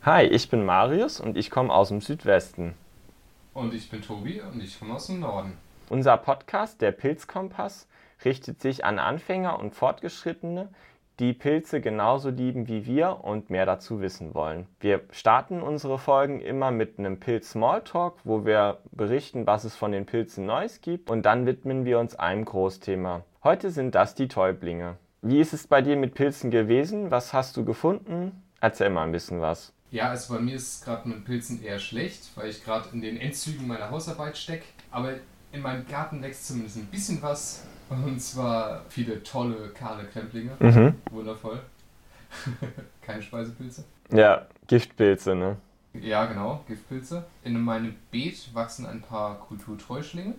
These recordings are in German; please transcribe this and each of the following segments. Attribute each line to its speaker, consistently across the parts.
Speaker 1: Hi, ich bin Marius und ich komme aus dem Südwesten.
Speaker 2: Und ich bin Tobi und ich komme aus dem Norden.
Speaker 1: Unser Podcast, der Pilzkompass, richtet sich an Anfänger und Fortgeschrittene, die Pilze genauso lieben wie wir und mehr dazu wissen wollen. Wir starten unsere Folgen immer mit einem Pilz-Smalltalk, wo wir berichten, was es von den Pilzen Neues gibt, und dann widmen wir uns einem Großthema. Heute sind das die Täublinge. Wie ist es bei dir mit Pilzen gewesen? Was hast du gefunden? Erzähl mal ein bisschen was.
Speaker 2: Ja, also bei mir ist es gerade mit Pilzen eher schlecht, weil ich gerade in den Endzügen meiner Hausarbeit stecke. Aber in meinem Garten wächst zumindest ein bisschen was. Und zwar viele tolle, kahle Kremplinge.
Speaker 1: Mhm.
Speaker 2: Wundervoll. Keine Speisepilze.
Speaker 1: Ja, Giftpilze, ne?
Speaker 2: Ja, genau, Giftpilze. In meinem Beet wachsen ein paar Kulturträuschlinge.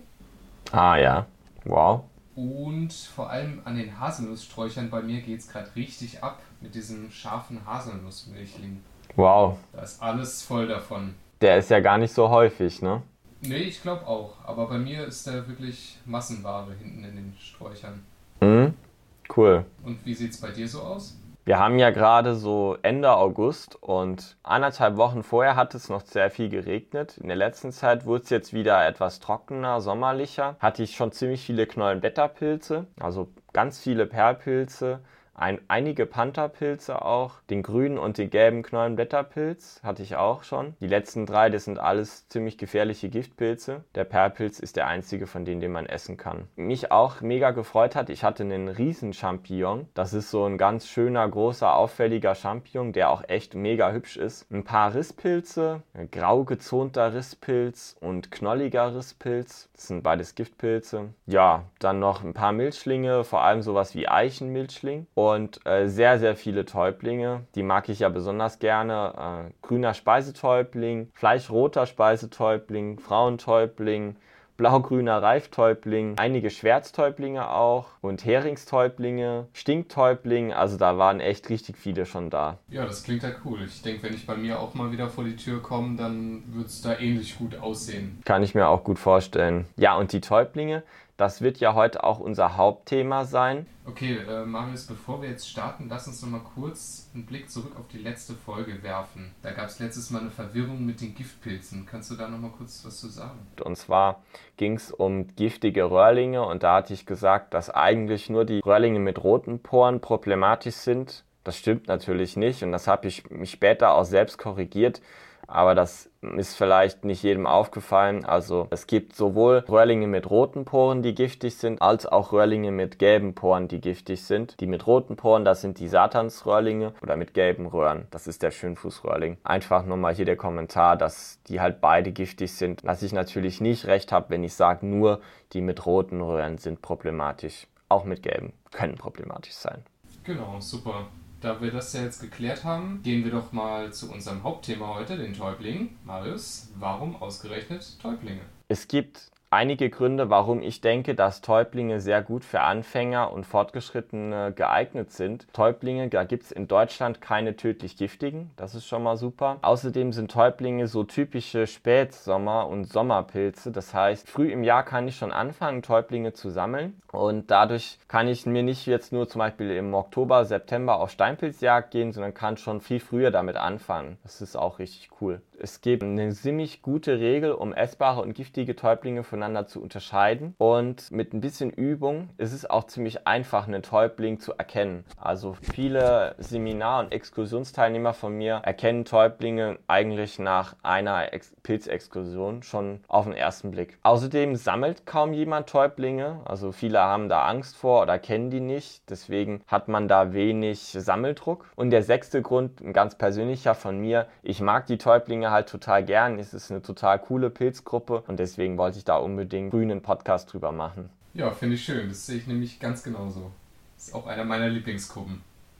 Speaker 1: Ah ja, wow.
Speaker 2: Und vor allem an den Haselnusssträuchern bei mir geht es gerade richtig ab mit diesem scharfen Haselnussmilchling.
Speaker 1: Wow,
Speaker 2: Da ist alles voll davon.
Speaker 1: der ist ja gar nicht so häufig, ne?
Speaker 2: Nee, ich glaube auch. Aber bei mir ist der wirklich Massenware hinten in den Sträuchern.
Speaker 1: Mhm, cool.
Speaker 2: Und wie sieht's bei dir so aus?
Speaker 1: Wir haben ja gerade so Ende August und 1,5 Wochen vorher hat es noch sehr viel geregnet. In der letzten Zeit wurde es jetzt wieder etwas trockener, sommerlicher. Hatte ich schon ziemlich viele Knollenblätterpilze, also ganz viele Perlpilze. Einige Pantherpilze auch, den grünen und den gelben Knollenblätterpilz hatte ich auch schon. Die letzten drei, das sind alles ziemlich gefährliche Giftpilze. Der Perlpilz ist der einzige von denen, den man essen kann. Mich auch mega gefreut hat, ich hatte einen Riesenchampignon. Das ist so ein ganz schöner, großer, auffälliger Champignon, der auch echt mega hübsch ist. Ein paar Risspilze, grau gezonter Risspilz und knolliger Risspilz. Das sind beides Giftpilze. Ja, dann noch ein paar Milchschlinge, vor allem sowas wie Eichenmilchschling. Und sehr, sehr viele Täublinge. Die mag ich ja besonders gerne. Grüner Speisetäubling, fleischroter Speisetäubling, Frauentäubling, blaugrüner Reiftäubling, einige Schwärztäublinge auch und Heringstäublinge, Stinktäubling. Also da waren echt richtig viele schon da.
Speaker 2: Ja, das klingt ja cool. Ich denke, wenn ich bei mir auch mal wieder vor die Tür komme, dann wird's da ähnlich gut aussehen.
Speaker 1: Kann ich mir auch gut vorstellen. Ja, und die Täublinge, das wird ja heute auch unser Hauptthema sein.
Speaker 2: Okay, Marius, bevor wir jetzt starten, lass uns noch mal kurz einen Blick zurück auf die letzte Folge werfen. Da gab es letztes Mal eine Verwirrung mit den Giftpilzen. Kannst du da noch mal kurz was zu sagen?
Speaker 1: Und zwar ging es um giftige Röhrlinge und da hatte ich gesagt, dass eigentlich nur die Röhrlinge mit roten Poren problematisch sind. Das stimmt natürlich nicht und das habe ich mich später auch selbst korrigiert. Aber das ist vielleicht nicht jedem aufgefallen. Also es gibt sowohl Röhrlinge mit roten Poren, die giftig sind, als auch Röhrlinge mit gelben Poren, die giftig sind. Die mit roten Poren, das sind die Satansröhrlinge, oder mit gelben Röhren, das ist der Schönfußröhrling. Einfach nur mal hier der Kommentar, dass die halt beide giftig sind. Dass ich natürlich nicht recht habe, wenn ich sage, nur die mit roten Röhren sind problematisch. Auch mit gelben können problematisch sein.
Speaker 2: Genau, super. Da wir das ja jetzt geklärt haben, gehen wir doch mal zu unserem Hauptthema heute, den Täublingen. Marius, warum ausgerechnet Täublinge?
Speaker 1: Es gibt einige Gründe, warum ich denke, dass Täublinge sehr gut für Anfänger und Fortgeschrittene geeignet sind. Täublinge, da gibt es in Deutschland keine tödlich giftigen, das ist schon mal super. Außerdem sind Täublinge so typische Spätsommer- und Sommerpilze. Das heißt, früh im Jahr kann ich schon anfangen, Täublinge zu sammeln. Und dadurch kann ich mir nicht jetzt nur zum Beispiel im Oktober, September auf Steinpilzjagd gehen, sondern kann schon viel früher damit anfangen. Das ist auch richtig cool. Es gibt eine ziemlich gute Regel, um essbare und giftige Täublinge voneinander zu unterscheiden. Und mit ein bisschen Übung ist es auch ziemlich einfach, einen Täubling zu erkennen. Also viele Seminar- und Exkursionsteilnehmer von mir erkennen Täublinge eigentlich nach einer Pilzexkursion schon auf den ersten Blick. Außerdem sammelt kaum jemand Täublinge. Also viele haben da Angst vor oder kennen die nicht. Deswegen hat man da wenig Sammeldruck. Und der sechste Grund, ein ganz persönlicher von mir, ich mag die Täublinge halt total gern. Es ist eine total coole Pilzgruppe und deswegen wollte ich da unbedingt früh einen Podcast drüber machen.
Speaker 2: Ja, finde ich schön. Das sehe ich nämlich ganz genauso. Ist auch einer meiner Lieblingsgruppen.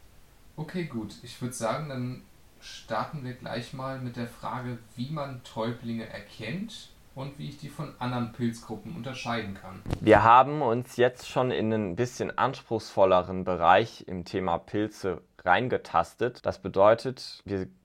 Speaker 2: Okay, gut. Ich würde sagen, dann starten wir gleich mal mit der Frage, wie man Täublinge erkennt und wie ich die von anderen Pilzgruppen unterscheiden kann.
Speaker 1: Wir haben uns jetzt schon in einen bisschen anspruchsvolleren Bereich im Thema Pilze reingetastet. Das bedeutet, wir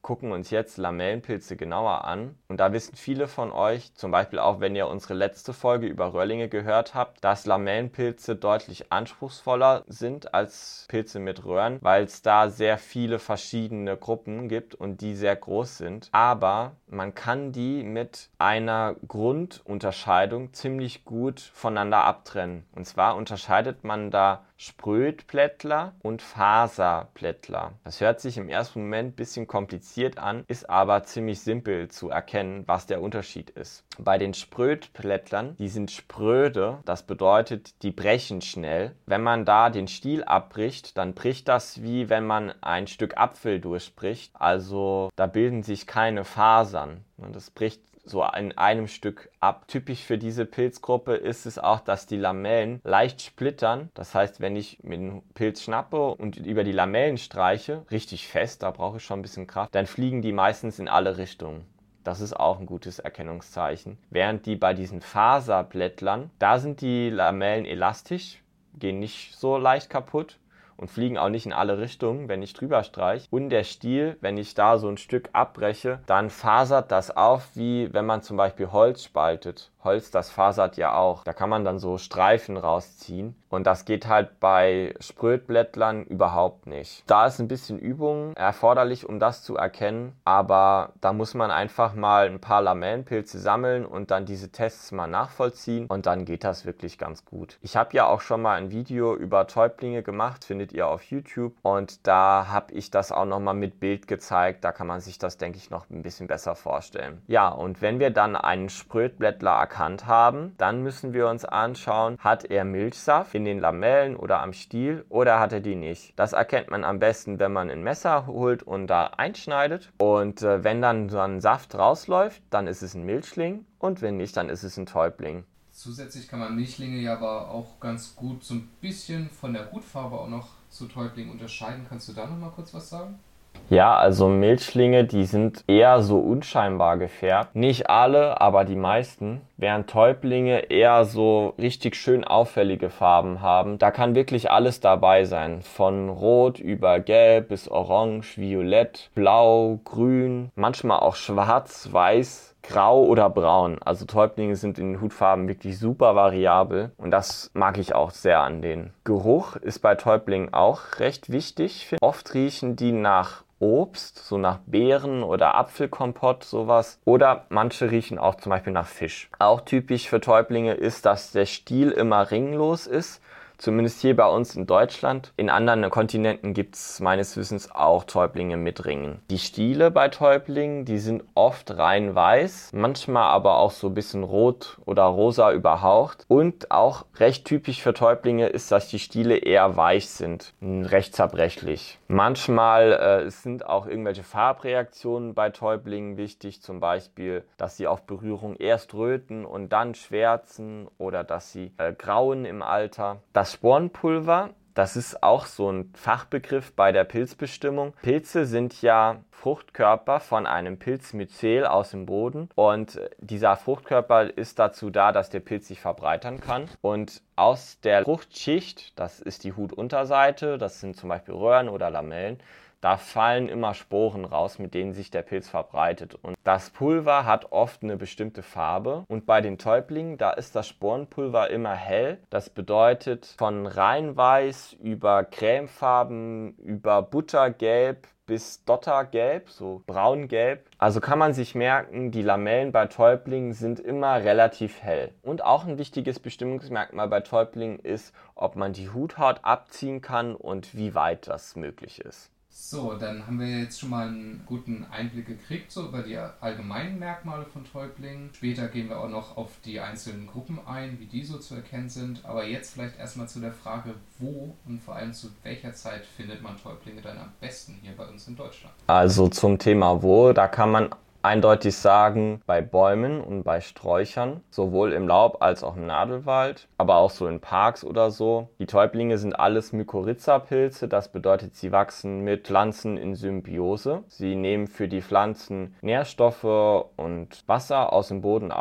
Speaker 1: gucken uns jetzt Lamellenpilze genauer an. Und da wissen viele von euch, zum Beispiel auch wenn ihr unsere letzte Folge über Röhrlinge gehört habt, dass Lamellenpilze deutlich anspruchsvoller sind als Pilze mit Röhren, weil es da sehr viele verschiedene Gruppen gibt und die sehr groß sind. Aber man kann die mit einer Grundunterscheidung ziemlich gut voneinander abtrennen. Und zwar unterscheidet man da Sprödblättler und Faserblättler. Das hört sich im ersten Moment ein bisschen kompliziert an, ist aber ziemlich simpel zu erkennen, was der Unterschied ist. Bei den Sprödblättlern, die sind spröde, das bedeutet, die brechen schnell. Wenn man da den Stiel abbricht, dann bricht das wie wenn man ein Stück Apfel durchbricht. Also da bilden sich keine Fasern. Das bricht so in einem Stück ab. Typisch für diese Pilzgruppe ist es auch, dass die Lamellen leicht splittern. Das heißt, wenn ich mir den Pilz schnappe und über die Lamellen streiche, richtig fest, da brauche ich schon ein bisschen Kraft, dann fliegen die meistens in alle Richtungen. Das ist auch ein gutes Erkennungszeichen. Während die bei diesen Faserblättlern, da sind die Lamellen elastisch, gehen nicht so leicht kaputt und fliegen auch nicht in alle Richtungen, wenn ich drüber streiche. Und der Stiel, wenn ich da so ein Stück abbreche, dann fasert das auf, wie wenn man zum Beispiel Holz spaltet. Holz, das fasert ja auch. Da kann man dann so Streifen rausziehen. Und das geht halt bei Sprödblättlern überhaupt nicht. Da ist ein bisschen Übung erforderlich, um das zu erkennen. Aber da muss man einfach mal ein paar Lamellenpilze sammeln und dann diese Tests mal nachvollziehen. Und dann geht das wirklich ganz gut. Ich habe ja auch schon mal ein Video über Täublinge gemacht, findet ihr auf YouTube. Und da habe ich das auch nochmal mit Bild gezeigt. Da kann man sich das, denke ich, noch ein bisschen besser vorstellen. Ja, und wenn wir dann einen Sprödblättler erkannt haben, dann müssen wir uns anschauen, hat er Milchsaft in den Lamellen oder am Stiel oder hat er die nicht. Das erkennt man am besten, wenn man ein Messer holt und da einschneidet. Und wenn dann so ein Saft rausläuft, dann ist es ein Milchling und wenn nicht, dann ist es ein Täubling.
Speaker 2: Zusätzlich kann man Milchlinge ja aber auch ganz gut so ein bisschen von der Hutfarbe auch noch zu Täublingen unterscheiden. Kannst du da noch mal kurz was sagen?
Speaker 1: Ja, also Milchlinge, die sind eher so unscheinbar gefärbt. Nicht alle, aber die meisten. Während Täublinge eher so richtig schön auffällige Farben haben. Da kann wirklich alles dabei sein. Von Rot über Gelb bis Orange, Violett, Blau, Grün, manchmal auch Schwarz, Weiß, Grau oder Braun. Also Täublinge sind in den Hutfarben wirklich super variabel und das mag ich auch sehr an denen. Geruch ist bei Täublingen auch recht wichtig. Oft riechen die nach Obst, so nach Beeren oder Apfelkompott, sowas. Oder manche riechen auch zum Beispiel nach Fisch. Auch typisch für Täublinge ist, dass der Stiel immer ringlos ist. Zumindest hier bei uns in Deutschland. In anderen Kontinenten gibt es meines Wissens auch Täublinge mit Ringen. Die Stiele bei Täublingen, die sind oft rein weiß, manchmal aber auch so ein bisschen rot oder rosa überhaucht. Und auch recht typisch für Täublinge ist, dass die Stiele eher weich sind, recht zerbrechlich. Manchmal sind auch irgendwelche Farbreaktionen bei Täublingen wichtig, zum Beispiel, dass sie auf Berührung erst röten und dann schwärzen oder dass sie grauen im Alter. Das Sporenpulver, das ist auch so ein Fachbegriff bei der Pilzbestimmung. Pilze sind ja Fruchtkörper von einem Pilzmyzel aus dem Boden und dieser Fruchtkörper ist dazu da, dass der Pilz sich verbreitern kann. Und aus der Fruchtschicht, das ist die Hutunterseite, das sind zum Beispiel Röhren oder Lamellen, da fallen immer Sporen raus, mit denen sich der Pilz verbreitet. Und das Pulver hat oft eine bestimmte Farbe. Und bei den Täublingen, da ist das Sporenpulver immer hell. Das bedeutet von rein weiß über cremefarben, über buttergelb bis dottergelb, so braungelb. Also kann man sich merken, die Lamellen bei Täublingen sind immer relativ hell. Und auch ein wichtiges Bestimmungsmerkmal bei Täublingen ist, ob man die Huthaut abziehen kann und wie weit das möglich ist.
Speaker 2: So, dann haben wir jetzt schon mal einen guten Einblick gekriegt, so über die allgemeinen Merkmale von Täublingen. Später gehen wir auch noch auf die einzelnen Gruppen ein, wie die so zu erkennen sind. Aber jetzt vielleicht erstmal zu der Frage, wo und vor allem zu welcher Zeit findet man Täublinge dann am besten hier bei uns in Deutschland?
Speaker 1: Also zum Thema wo, da kann man eindeutig sagen, bei Bäumen und bei Sträuchern, sowohl im Laub als auch im Nadelwald, aber auch so in Parks oder so. Die Täublinge sind alles Mykorrhiza-Pilze, das bedeutet, sie wachsen mit Pflanzen in Symbiose. Sie nehmen für die Pflanzen Nährstoffe und Wasser aus dem Boden auf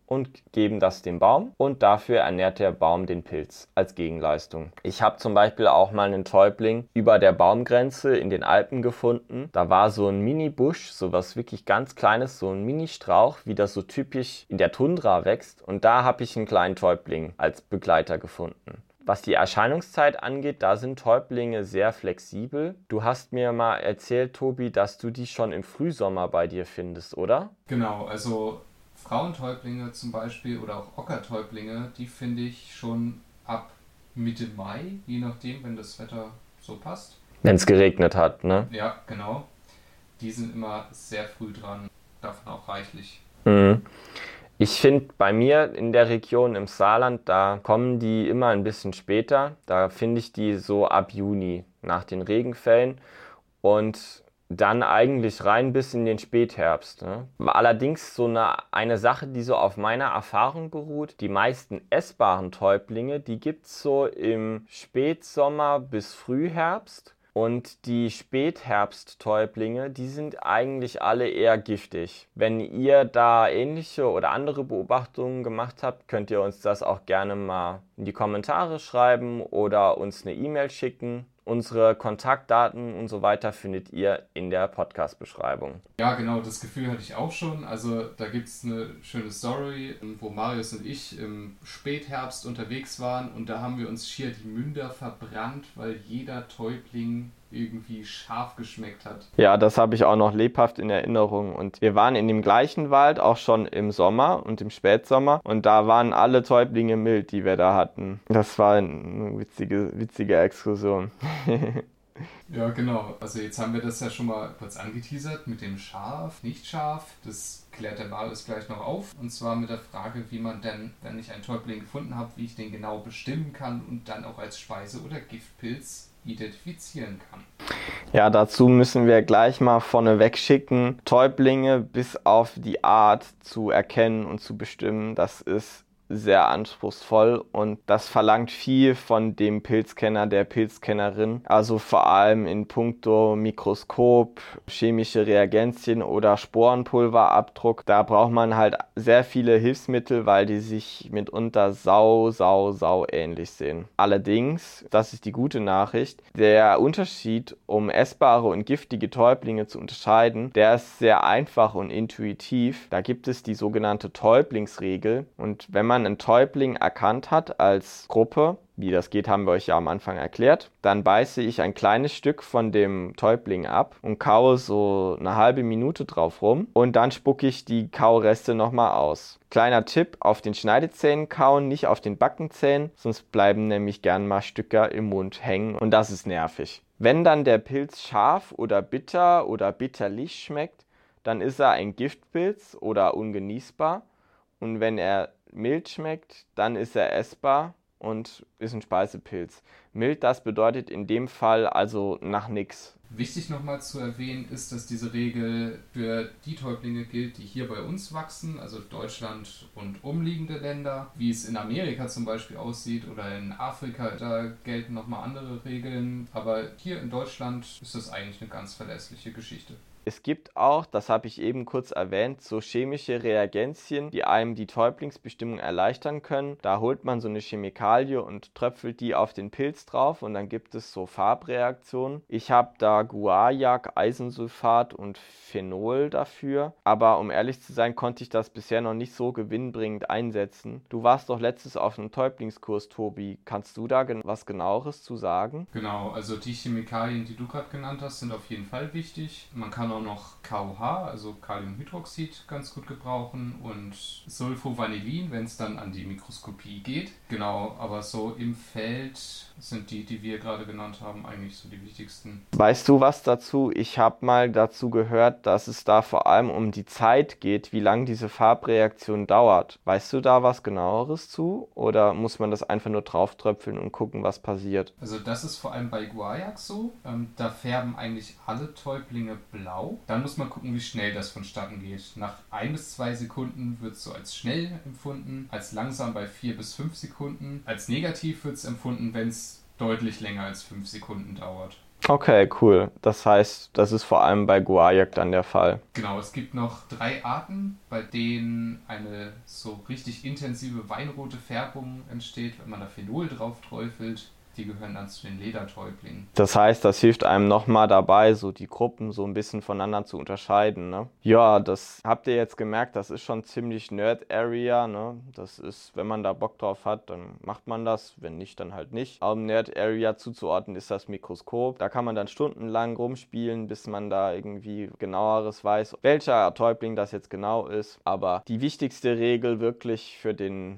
Speaker 1: und geben das dem Baum und dafür ernährt der Baum den Pilz als Gegenleistung. Ich habe zum Beispiel auch mal einen Täubling über der Baumgrenze in den Alpen gefunden. Da war so ein Mini-Busch, so was wirklich ganz Kleines, so ein Mini-Strauch, wie das so typisch in der Tundra wächst. Und da habe ich einen kleinen Täubling als Begleiter gefunden. Was die Erscheinungszeit angeht, da sind Täublinge sehr flexibel. Du hast mir mal erzählt, Tobi, dass du die schon im Frühsommer bei dir findest, oder?
Speaker 2: Genau, also Frauentäublinge zum Beispiel oder auch Ockertäublinge, die finde ich schon ab Mitte Mai, je nachdem, wenn das Wetter so passt.
Speaker 1: Wenn es geregnet hat, ne?
Speaker 2: Ja, genau. Die sind immer sehr früh dran, davon auch reichlich.
Speaker 1: Mhm. Ich finde bei mir in der Region im Saarland, da kommen die immer ein bisschen später. Da finde ich die so ab Juni nach den Regenfällen und dann eigentlich rein bis in den Spätherbst. Ne? Allerdings so eine Sache, die so auf meiner Erfahrung beruht, die meisten essbaren Täublinge, die gibt es so im Spätsommer bis Frühherbst. Und die Spätherbsttäublinge, die sind eigentlich alle eher giftig. Wenn ihr da ähnliche oder andere Beobachtungen gemacht habt, könnt ihr uns das auch gerne mal in die Kommentare schreiben oder uns eine E-Mail schicken. Unsere Kontaktdaten und so weiter findet ihr in der Podcast-Beschreibung.
Speaker 2: Ja, genau, das Gefühl hatte ich auch schon. Also da gibt es eine schöne Story, wo Marius und ich im Spätherbst unterwegs waren und da haben wir uns schier die Münder verbrannt, weil jeder Täubling irgendwie scharf geschmeckt hat.
Speaker 1: Ja, das habe ich auch noch lebhaft in Erinnerung. Und wir waren in dem gleichen Wald auch schon im Sommer und im Spätsommer. Und da waren alle Täublinge mild, die wir da hatten. Das war eine witzige Exkursion.
Speaker 2: Ja, genau. Also jetzt haben wir das ja schon mal kurz angeteasert mit dem scharf, nicht scharf. Das klärt der Marius gleich noch auf. Und zwar mit der Frage, wie man denn, wenn ich einen Täubling gefunden habe, wie ich den genau bestimmen kann und dann auch als Speise- oder Giftpilz identifizieren kann.
Speaker 1: Ja, dazu müssen wir gleich mal vorneweg schicken, Täublinge bis auf die Art zu erkennen und zu bestimmen, das ist sehr anspruchsvoll und das verlangt viel von dem Pilzkenner, der Pilzkennerin. Also vor allem in puncto Mikroskop, chemische Reagenzien oder Sporenpulverabdruck. Da braucht man halt sehr viele Hilfsmittel, weil die sich mitunter sau ähnlich sehen. Allerdings, das ist die gute Nachricht, der Unterschied, um essbare und giftige Täublinge zu unterscheiden, der ist sehr einfach und intuitiv. Da gibt es die sogenannte Täublingsregel und wenn man einen Täubling erkannt hat als Gruppe, wie das geht, haben wir euch ja am Anfang erklärt, dann beiße ich ein kleines Stück von dem Täubling ab und kaue so eine halbe Minute drauf rum und dann spucke ich die Kaureste nochmal aus. Kleiner Tipp, auf den Schneidezähnen kauen, nicht auf den Backenzähnen, sonst bleiben nämlich gern mal Stücke im Mund hängen und das ist nervig. Wenn dann der Pilz scharf oder bitterlich schmeckt, dann ist er ein Giftpilz oder ungenießbar und wenn er mild schmeckt, dann ist er essbar und ist ein Speisepilz. Mild, das bedeutet in dem Fall also nach nix.
Speaker 2: Wichtig nochmal zu erwähnen ist, dass diese Regel für die Täublinge gilt, die hier bei uns wachsen, also Deutschland und umliegende Länder. Wie es in Amerika zum Beispiel aussieht oder in Afrika, da gelten nochmal andere Regeln. Aber hier in Deutschland ist das eigentlich eine ganz verlässliche Geschichte.
Speaker 1: Es gibt auch, das habe ich eben kurz erwähnt, so chemische Reagenzien, die einem die Täublingsbestimmung erleichtern können. Da holt man so eine Chemikalie und tröpfelt die auf den Pilz drauf und dann gibt es so Farbreaktionen. Ich habe da Guaiac, Eisensulfat und Phenol dafür, aber um ehrlich zu sein, konnte ich das bisher noch nicht so gewinnbringend einsetzen. Du warst doch letztes auf einem Täublingskurs, Tobi. Kannst du da was Genaueres zu sagen?
Speaker 2: Genau, also die Chemikalien, die du gerade genannt hast, sind auf jeden Fall wichtig. Man kann auch noch KOH, also Kaliumhydroxid, ganz gut gebrauchen und Sulfovanillin, wenn es dann an die Mikroskopie geht. Genau, aber so im Feld sind die wir gerade genannt haben, eigentlich so die wichtigsten.
Speaker 1: Weißt du was dazu? Ich habe mal dazu gehört, dass es da vor allem um die Zeit geht, wie lange diese Farbreaktion dauert. Weißt du da was Genaueres zu? Oder muss man das einfach nur drauftröpfeln und gucken, was passiert?
Speaker 2: Also das ist vor allem bei Guaiac so. Da färben eigentlich alle Täublinge blau. Dann muss man gucken, wie schnell das vonstatten geht. Nach 1 bis 2 Sekunden wird es so als schnell empfunden, als langsam bei 4 bis 5 Sekunden. Als negativ wird es empfunden, wenn es deutlich länger als 5 Sekunden dauert.
Speaker 1: Okay, cool. Das heißt, das ist vor allem bei Guajak dann der Fall.
Speaker 2: Genau, es gibt noch 3 Arten, bei denen eine so richtig intensive weinrote Färbung entsteht, wenn man da Phenol drauf träufelt. Die gehören dann zu den Ledertäublingen.
Speaker 1: Das heißt, das hilft einem nochmal dabei, so die Gruppen so ein bisschen voneinander zu unterscheiden, ne? Ja, das habt ihr jetzt gemerkt, das ist schon ziemlich Nerd-Area, ne? Das ist, wenn man da Bock drauf hat, dann macht man das, wenn nicht, dann halt nicht. Aber im Nerd-Area zuzuordnen ist das Mikroskop. Da kann man dann stundenlang rumspielen, bis man da irgendwie genaueres weiß, welcher Täubling das jetzt genau ist. Aber die wichtigste Regel wirklich für den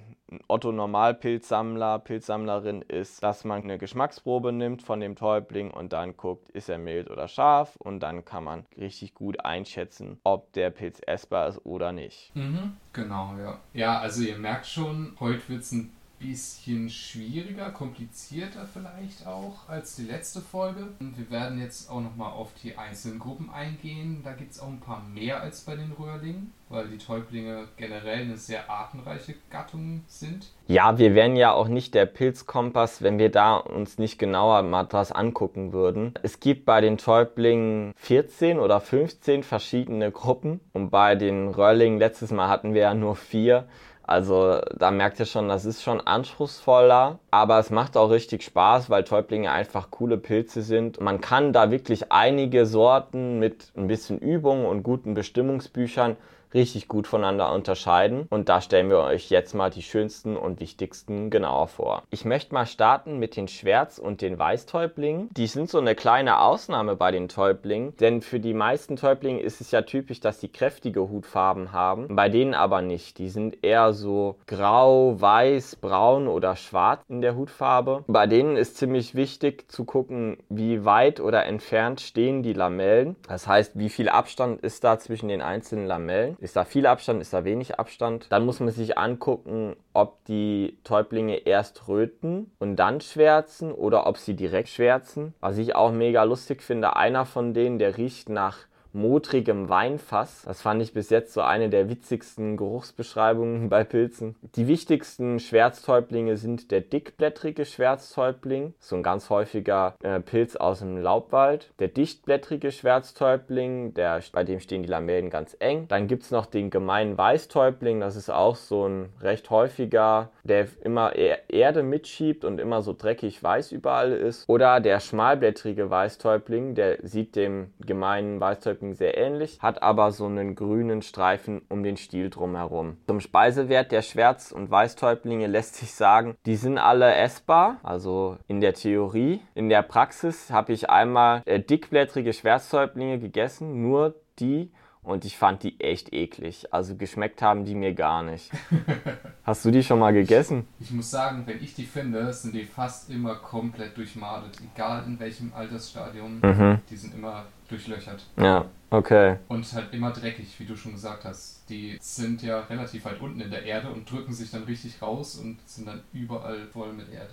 Speaker 1: Otto-Normal-Pilzsammler, Pilzsammlerin ist, dass man eine Geschmacksprobe nimmt von dem Täubling und dann guckt, ist er mild oder scharf, und dann kann man richtig gut einschätzen, ob der Pilz essbar ist oder nicht.
Speaker 2: Genau, ja. Ja, also ihr merkt schon, heute wird es ein bisschen schwieriger, komplizierter vielleicht auch als die letzte Folge. Und wir werden jetzt auch nochmal auf die einzelnen Gruppen eingehen. Da gibt es auch ein paar mehr als bei den Röhrlingen, weil die Täublinge generell eine sehr artenreiche Gattung sind.
Speaker 1: Ja, wir wären ja auch nicht der Pilzkompass, wenn wir da uns nicht genauer mal was angucken würden. Es gibt bei den Täublingen 14 oder 15 verschiedene Gruppen und bei den Röhrlingen, letztes Mal hatten wir ja nur 4. Also da merkt ihr schon, das ist schon anspruchsvoller, aber es macht auch richtig Spaß, weil Täublinge einfach coole Pilze sind. Man kann da wirklich einige Sorten mit ein bisschen Übung und guten Bestimmungsbüchern richtig gut voneinander unterscheiden, und da stellen wir euch jetzt mal die schönsten und wichtigsten genauer vor. Ich möchte mal starten mit den Schwärz- und den Weißtäublingen. Die sind so eine kleine Ausnahme bei den Täublingen, denn für die meisten Täublinge ist es ja typisch, dass die kräftige Hutfarben haben, bei denen aber nicht. Die sind eher so grau, weiß, braun oder schwarz in der Hutfarbe. Bei denen ist ziemlich wichtig zu gucken, wie weit oder entfernt stehen die Lamellen. Das heißt, wie viel Abstand ist da zwischen den einzelnen Lamellen. Ist da viel Abstand, ist da wenig Abstand? Dann muss man sich angucken, ob die Täublinge erst röten und dann schwärzen oder ob sie direkt schwärzen. Was ich auch mega lustig finde, einer von denen, der riecht nach modrigem Weinfass. Das fand ich bis jetzt so eine der witzigsten Geruchsbeschreibungen bei Pilzen. Die wichtigsten Schwärztäublinge sind der dickblättrige Schwärztäubling, so ein ganz häufiger Pilz aus dem Laubwald. Der dichtblättrige Schwärztäubling, bei dem stehen die Lamellen ganz eng. Dann gibt es noch den gemeinen Weißtäubling, das ist auch so ein recht häufiger, der immer Erde mitschiebt und immer so dreckig weiß überall ist. Oder der schmalblättrige Weißtäubling, der sieht dem gemeinen Weißtäubling sehr ähnlich, hat aber so einen grünen Streifen um den Stiel drumherum. Zum Speisewert der Schwärz- und Weißtäublinge lässt sich sagen, die sind alle essbar, also in der Theorie. In der Praxis habe ich einmal dickblättrige Schwärztäublinge gegessen, nur die, und ich fand die echt eklig. Also geschmeckt haben die mir gar nicht. Hast du die schon mal gegessen?
Speaker 2: Ich muss sagen, wenn ich die finde, sind die fast immer komplett durchmadet. Egal in welchem Altersstadium, die sind immer durchlöchert.
Speaker 1: Ja, okay.
Speaker 2: Und halt immer dreckig, wie du schon gesagt hast. Die sind ja relativ weit unten in der Erde und drücken sich dann richtig raus und sind dann überall voll mit Erde.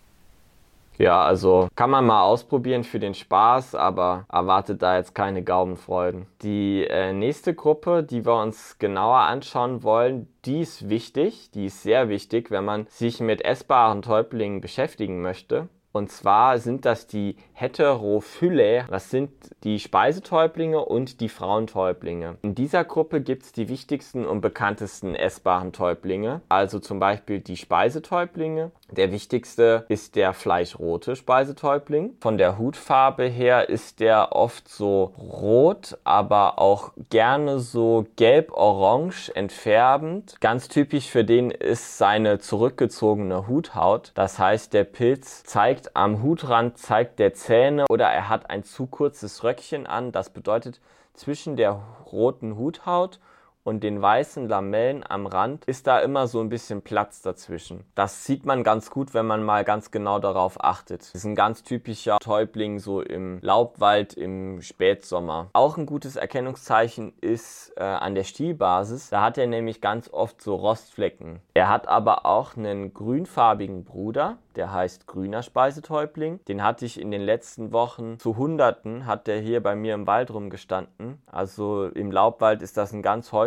Speaker 1: Ja, also kann man mal ausprobieren für den Spaß, aber erwartet da jetzt keine Gaumenfreuden. Die nächste Gruppe, die wir uns genauer anschauen wollen, die ist wichtig, die ist sehr wichtig, wenn man sich mit essbaren Täublingen beschäftigen möchte. Und zwar sind das die Heterophyllae, das sind die Speisetäublinge und die Frauentäublinge. In dieser Gruppe gibt es die wichtigsten und bekanntesten essbaren Täublinge, also zum Beispiel die Speisetäublinge. Der wichtigste ist der fleischrote Speisetäubling. Von der Hutfarbe her ist der oft so rot, aber auch gerne so gelb-orange entfärbend. Ganz typisch für den ist seine zurückgezogene Huthaut. Das heißt, der Pilz zeigt am Hutrand, zeigt der Zähne, oder er hat ein zu kurzes Röckchen an. Das bedeutet, zwischen der roten Huthaut und den weißen Lamellen am Rand ist da immer so ein bisschen Platz dazwischen. Das sieht man ganz gut, wenn man mal ganz genau darauf achtet. Das ist ein ganz typischer Täubling so im Laubwald im Spätsommer. Auch ein gutes Erkennungszeichen ist an der Stielbasis. Da hat er nämlich ganz oft so Rostflecken. Er hat aber auch einen grünfarbigen Bruder, der heißt grüner Speisetäubling. Den hatte ich in den letzten Wochen zu Hunderten, hat der hier bei mir im Wald rumgestanden. Also im Laubwald ist das ein ganz häufiger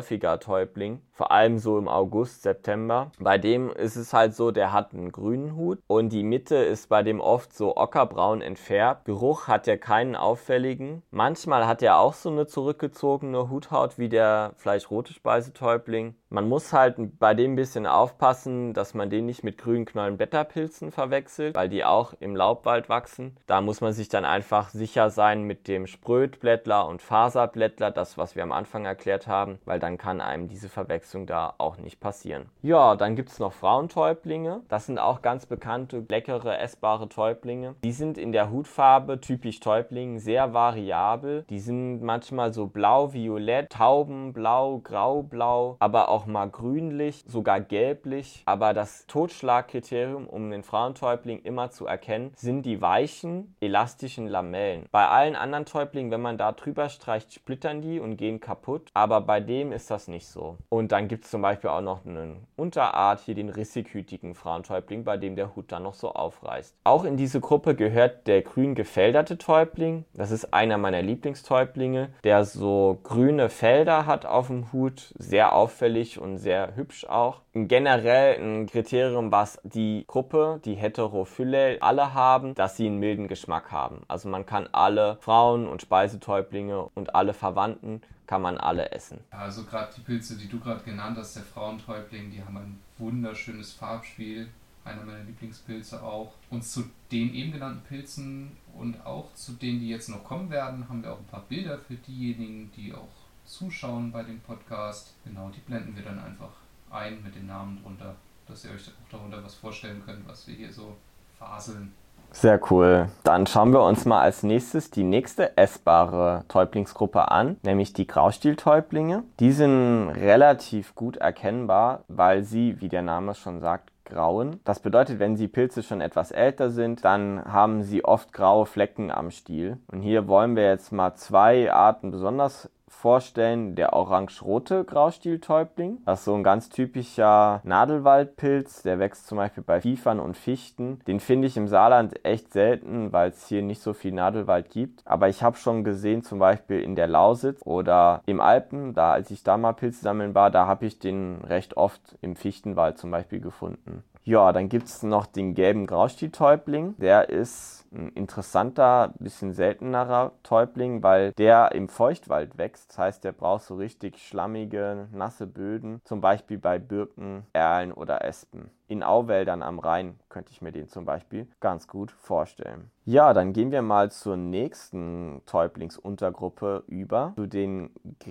Speaker 1: häufiger Täubling, vor allem so im August, September. Bei dem ist es halt so, der hat einen grünen Hut und die Mitte ist bei dem oft so ockerbraun entfärbt. Geruch hat er keinen auffälligen. Manchmal hat er auch so eine zurückgezogene Huthaut wie der fleischrote Speisetäubling. Man muss halt bei dem ein bisschen aufpassen, dass man den nicht mit grünknollen Blätterpilzen verwechselt, weil die auch im Laubwald wachsen. Da muss man sich dann einfach sicher sein mit dem Sprötblättler und Faserblättler, das was wir am Anfang erklärt haben, weil dann kann einem diese Verwechslung da auch nicht passieren. Ja, dann gibt es noch Frauentäublinge. Das sind auch ganz bekannte, leckere, essbare Täublinge. Die sind in der Hutfarbe, typisch Täubling, sehr variabel. Die sind manchmal so blau, violett, taubenblau, graublau, aber auch mal grünlich, sogar gelblich. Aber das Totschlagkriterium, um den Frauentäubling immer zu erkennen, sind die weichen, elastischen Lamellen. Bei allen anderen Täublingen, wenn man da drüber streicht, splittern die und gehen kaputt. Aber bei dem ist das nicht so. Und dann gibt es zum Beispiel auch noch eine Unterart, hier den rissighütigen Frauentäubling, bei dem der Hut dann noch so aufreißt. Auch in diese Gruppe gehört der grün gefälderte Täubling. Das ist einer meiner Lieblingstäublinge, der so grüne Felder hat auf dem Hut, sehr auffällig und sehr hübsch auch. Generell ein Kriterium, was die Gruppe, die Heterophyllae, alle haben, dass sie einen milden Geschmack haben. Also man kann alle Frauen- und Speisetäublinge und alle Verwandten kann man alle essen.
Speaker 2: Also gerade die Pilze, die du gerade genannt hast, der Frauentäubling, die haben ein wunderschönes Farbspiel. Einer meiner Lieblingspilze auch. Und zu den eben genannten Pilzen und auch zu denen, die jetzt noch kommen werden, haben wir auch ein paar Bilder für diejenigen, die auch zuschauen bei dem Podcast. Genau, die blenden wir dann einfach ein mit den Namen drunter, dass ihr euch auch darunter was vorstellen könnt, was wir hier so faseln.
Speaker 1: Sehr cool. Dann schauen wir uns mal als nächstes die nächste essbare Täublingsgruppe an, nämlich die Graustieltäublinge. Die sind relativ gut erkennbar, weil sie, wie der Name schon sagt, grauen. Das bedeutet, wenn die Pilze schon etwas älter sind, dann haben sie oft graue Flecken am Stiel. Und hier wollen wir jetzt mal zwei Arten besonders vorstellen. Der orange-rote Graustieltäubling. Das ist so ein ganz typischer Nadelwaldpilz. Der wächst zum Beispiel bei Kiefern und Fichten. Den finde ich im Saarland echt selten, weil es hier nicht so viel Nadelwald gibt. Aber ich habe schon gesehen, zum Beispiel in der Lausitz oder im Alpen, da als ich da mal Pilze sammeln war, da habe ich den recht oft im Fichtenwald zum Beispiel gefunden. Ja, dann gibt es noch den gelben Graustieltäubling. Der ist ein interessanter, bisschen seltenerer Täubling, weil der im Feuchtwald wächst. Das heißt, der braucht so richtig schlammige, nasse Böden. Zum Beispiel bei Birken, Erlen oder Espen. In Auwäldern am Rhein könnte ich mir den zum Beispiel ganz gut vorstellen. Ja, dann gehen wir mal zur nächsten Täublingsuntergruppe über. Zu den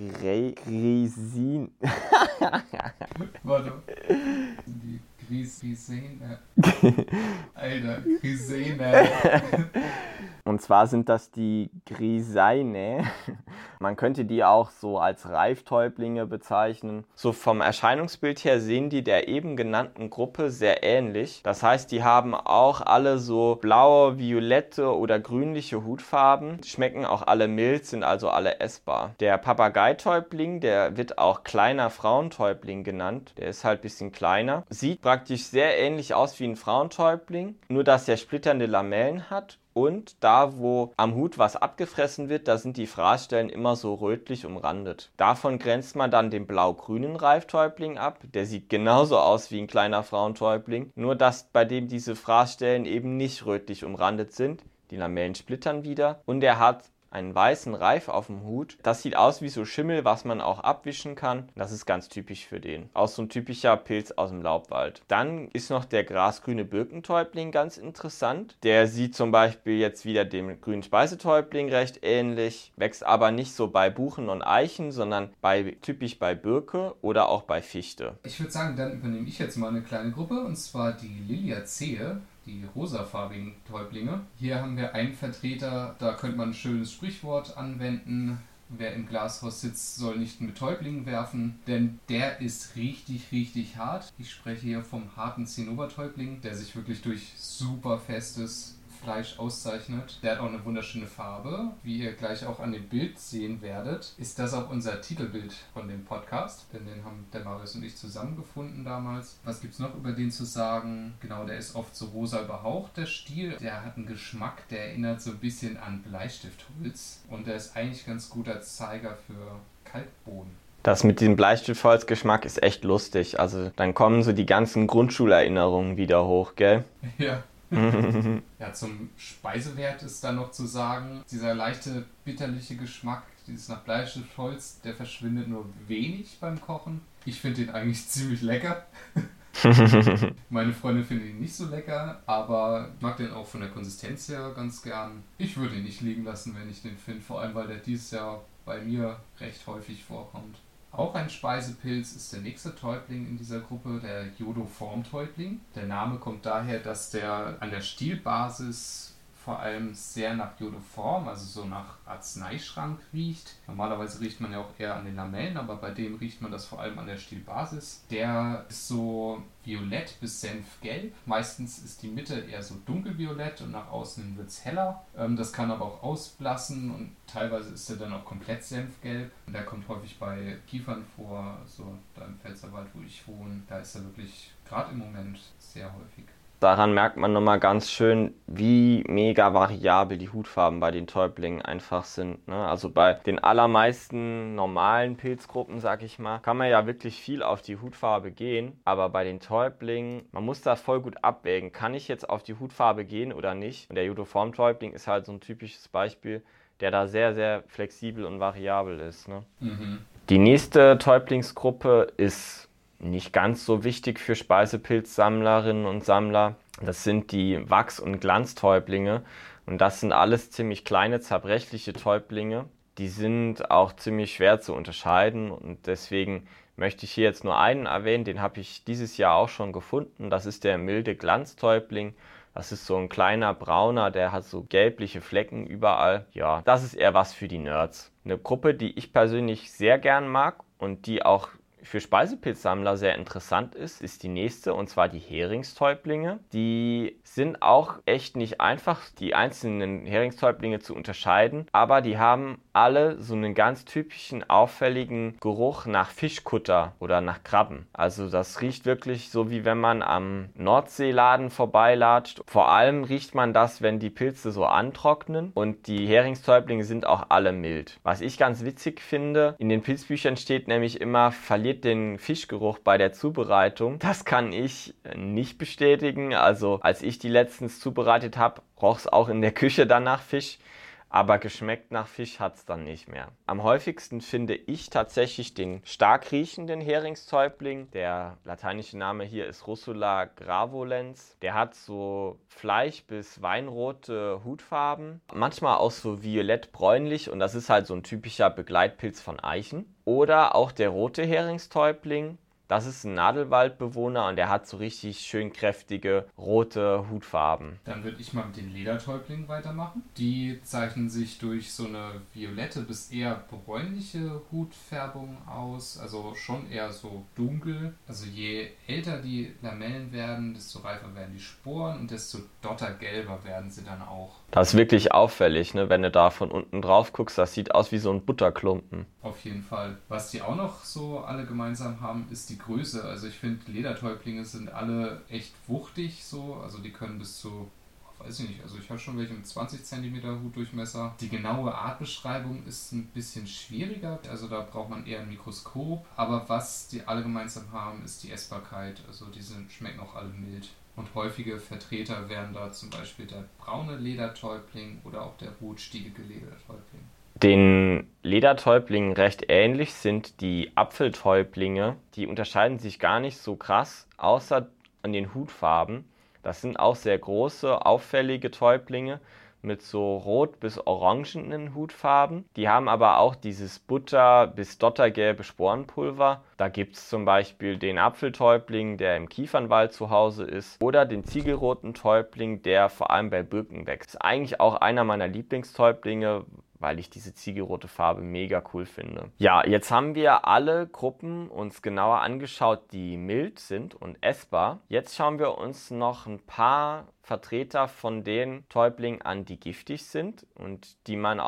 Speaker 1: Grisin.
Speaker 2: Warte. Die Grisene. Alter, Grisene.
Speaker 1: Und zwar sind das die Grisainae. Man könnte die auch so als Reiftäublinge bezeichnen. So vom Erscheinungsbild her sehen die der eben genannten Gruppe sehr ähnlich. Das heißt, die haben auch alle so blaue, violette oder grünliche Hutfarben. Die schmecken auch alle mild, sind also alle essbar. Der Papageitäubling, der wird auch kleiner Frauentäubling genannt. Der ist halt ein bisschen kleiner. Sieht praktisch sehr ähnlich aus wie ein Frauentäubling, nur dass er splitternde Lamellen hat. Und da, wo am Hut was abgefressen wird, da sind die Fraßstellen immer so rötlich umrandet. Davon grenzt man dann den blau-grünen Reiftäubling ab. Der sieht genauso aus wie ein kleiner Frauentäubling, nur dass bei dem diese Fraßstellen eben nicht rötlich umrandet sind. Die Lamellen splittern wieder und er hat einen weißen Reif auf dem Hut. Das sieht aus wie so Schimmel, was man auch abwischen kann. Das ist ganz typisch für den. Auch so ein typischer Pilz aus dem Laubwald. Dann ist noch der grasgrüne Birkentäubling ganz interessant. Der sieht zum Beispiel jetzt wieder dem grünen Speisetäubling recht ähnlich, wächst aber nicht so bei Buchen und Eichen, sondern typisch bei Birke oder auch bei Fichte.
Speaker 2: Ich würde sagen, dann übernehme ich jetzt mal eine kleine Gruppe, und zwar die Liliaceae. Die rosafarbigen Täublinge. Hier haben wir einen Vertreter, da könnte man ein schönes Sprichwort anwenden. Wer im Glashaus sitzt, soll nicht mit Täublingen werfen, denn der ist richtig, richtig hart. Ich spreche hier vom harten Zinnobertäubling, der sich wirklich durch super festes Fleisch auszeichnet. Der hat auch eine wunderschöne Farbe. Wie ihr gleich auch an dem Bild sehen werdet, ist das auch unser Titelbild von dem Podcast, denn den haben der Marius und ich zusammengefunden damals. Was gibt's noch über den zu sagen? Genau, der ist oft so rosa überhaucht, der Stiel. Der hat einen Geschmack, der erinnert so ein bisschen an Bleistiftholz und der ist eigentlich ganz gut als Zeiger für Kalkboden.
Speaker 1: Das mit diesem Bleistiftholzgeschmack ist echt lustig. Also dann kommen so die ganzen Grundschulerinnerungen wieder hoch, gell?
Speaker 2: Ja. Ja, zum Speisewert ist dann noch zu sagen, dieser leichte bitterliche Geschmack, dieses nach Bleistiftholz, der verschwindet nur wenig beim Kochen. Ich finde den eigentlich ziemlich lecker. Meine Freundin findet ihn nicht so lecker, aber ich mag den auch von der Konsistenz her ganz gern. Ich würde ihn nicht liegen lassen, wenn ich den finde, vor allem weil der dieses Jahr bei mir recht häufig vorkommt. Auch ein Speisepilz ist der nächste Täubling in dieser Gruppe, der Jodoform-Täubling. Der Name kommt daher, dass der an der Stielbasis vor allem sehr nach Jodoform, also so nach Arzneischrank riecht. Normalerweise riecht man ja auch eher an den Lamellen, aber bei dem riecht man das vor allem an der Stielbasis. Der ist so violett bis senfgelb. Meistens ist die Mitte eher so dunkelviolett und nach außen wird es heller. Das kann aber auch ausblassen und teilweise ist er dann auch komplett senfgelb. Und der kommt häufig bei Kiefern vor, so da im Pfälzerwald, wo ich wohne. Da ist er wirklich gerade im Moment sehr häufig.
Speaker 1: Daran merkt man nochmal ganz schön, wie mega variabel die Hutfarben bei den Täublingen einfach sind. Ne? Also bei den allermeisten normalen Pilzgruppen, sag ich mal, kann man ja wirklich viel auf die Hutfarbe gehen. Aber bei den Täublingen, man muss das voll gut abwägen. Kann ich jetzt auf die Hutfarbe gehen oder nicht? Und der Jodoform-Täubling ist halt so ein typisches Beispiel, der da sehr, sehr flexibel und variabel ist. Ne? Die nächste Täublingsgruppe ist nicht ganz so wichtig für Speisepilzsammlerinnen und Sammler. Das sind die Wachs- und Glanztäublinge. Und das sind alles ziemlich kleine, zerbrechliche Täublinge. Die sind auch ziemlich schwer zu unterscheiden. Und deswegen möchte ich hier jetzt nur einen erwähnen. Den habe ich dieses Jahr auch schon gefunden. Das ist der milde Glanztäubling. Das ist so ein kleiner Brauner, der hat so gelbliche Flecken überall. Ja, das ist eher was für die Nerds. Eine Gruppe, die ich persönlich sehr gern mag und die auch für Speisepilzsammler sehr interessant ist die nächste, und zwar die Heringstäublinge. Die sind auch echt nicht einfach, die einzelnen Heringstäublinge zu unterscheiden, aber die haben alle so einen ganz typischen, auffälligen Geruch nach Fischkutter oder nach Krabben. Also das riecht wirklich so, wie wenn man am Nordseeladen vorbeilatscht. Vor allem riecht man das, wenn die Pilze so antrocknen, und die Heringstäublinge sind auch alle mild. Was ich ganz witzig finde, in den Pilzbüchern steht nämlich immer, verliert den Fischgeruch bei der Zubereitung. Das kann ich nicht bestätigen. Also als ich die letztens zubereitet habe, roch es auch in der Küche dann nach Fisch. Aber geschmeckt nach Fisch hat es dann nicht mehr. Am häufigsten finde ich tatsächlich den stark riechenden Heringstäubling. Der lateinische Name hier ist Russula gravolens. Der hat so fleisch- bis weinrote Hutfarben. Manchmal auch so violett-bräunlich, und das ist halt so ein typischer Begleitpilz von Eichen. Oder auch der rote Heringstäubling. Das ist ein Nadelwaldbewohner und der hat so richtig schön kräftige rote Hutfarben.
Speaker 2: Dann würde ich mal mit den Ledertäublingen weitermachen. Die zeichnen sich durch so eine violette bis eher bräunliche Hutfärbung aus, also schon eher so dunkel. Also je älter die Lamellen werden, desto reifer werden die Sporen und desto dottergelber werden sie dann auch.
Speaker 1: Das ist wirklich auffällig, ne? Wenn du da von unten drauf guckst, das sieht aus wie so ein Butterklumpen.
Speaker 2: Auf jeden Fall. Was die auch noch so alle gemeinsam haben, ist die Größe. Also ich finde, Ledertäublinge sind alle echt wuchtig so. Also die können bis zu, weiß ich nicht, also ich habe schon welche mit 20 cm Hutdurchmesser. Die genaue Artbeschreibung ist ein bisschen schwieriger. Also da braucht man eher ein Mikroskop. Aber was die alle gemeinsam haben, ist die Essbarkeit. Also die schmecken auch alle mild. Und häufige Vertreter wären da zum Beispiel der braune Ledertäubling oder auch der rotstiegige Ledertäubling.
Speaker 1: Den Ledertäublingen recht ähnlich sind die Apfeltäublinge. Die unterscheiden sich gar nicht so krass, außer an den Hutfarben. Das sind auch sehr große, auffällige Täublinge mit so rot bis orangenen Hutfarben. Die haben aber auch dieses butter- bis dottergelbe Sporenpulver. Da gibt es zum Beispiel den Apfeltäubling, der im Kiefernwald zu Hause ist, oder den ziegelroten Täubling, der vor allem bei Birken wächst. Das ist eigentlich auch einer meiner Lieblingstäublinge, weil ich diese ziegelrote Farbe mega cool finde. Ja, jetzt haben wir alle Gruppen uns genauer angeschaut, die mild sind und essbar. Jetzt schauen wir uns noch ein paar Vertreter von den Täublingen an, die giftig sind und die man auch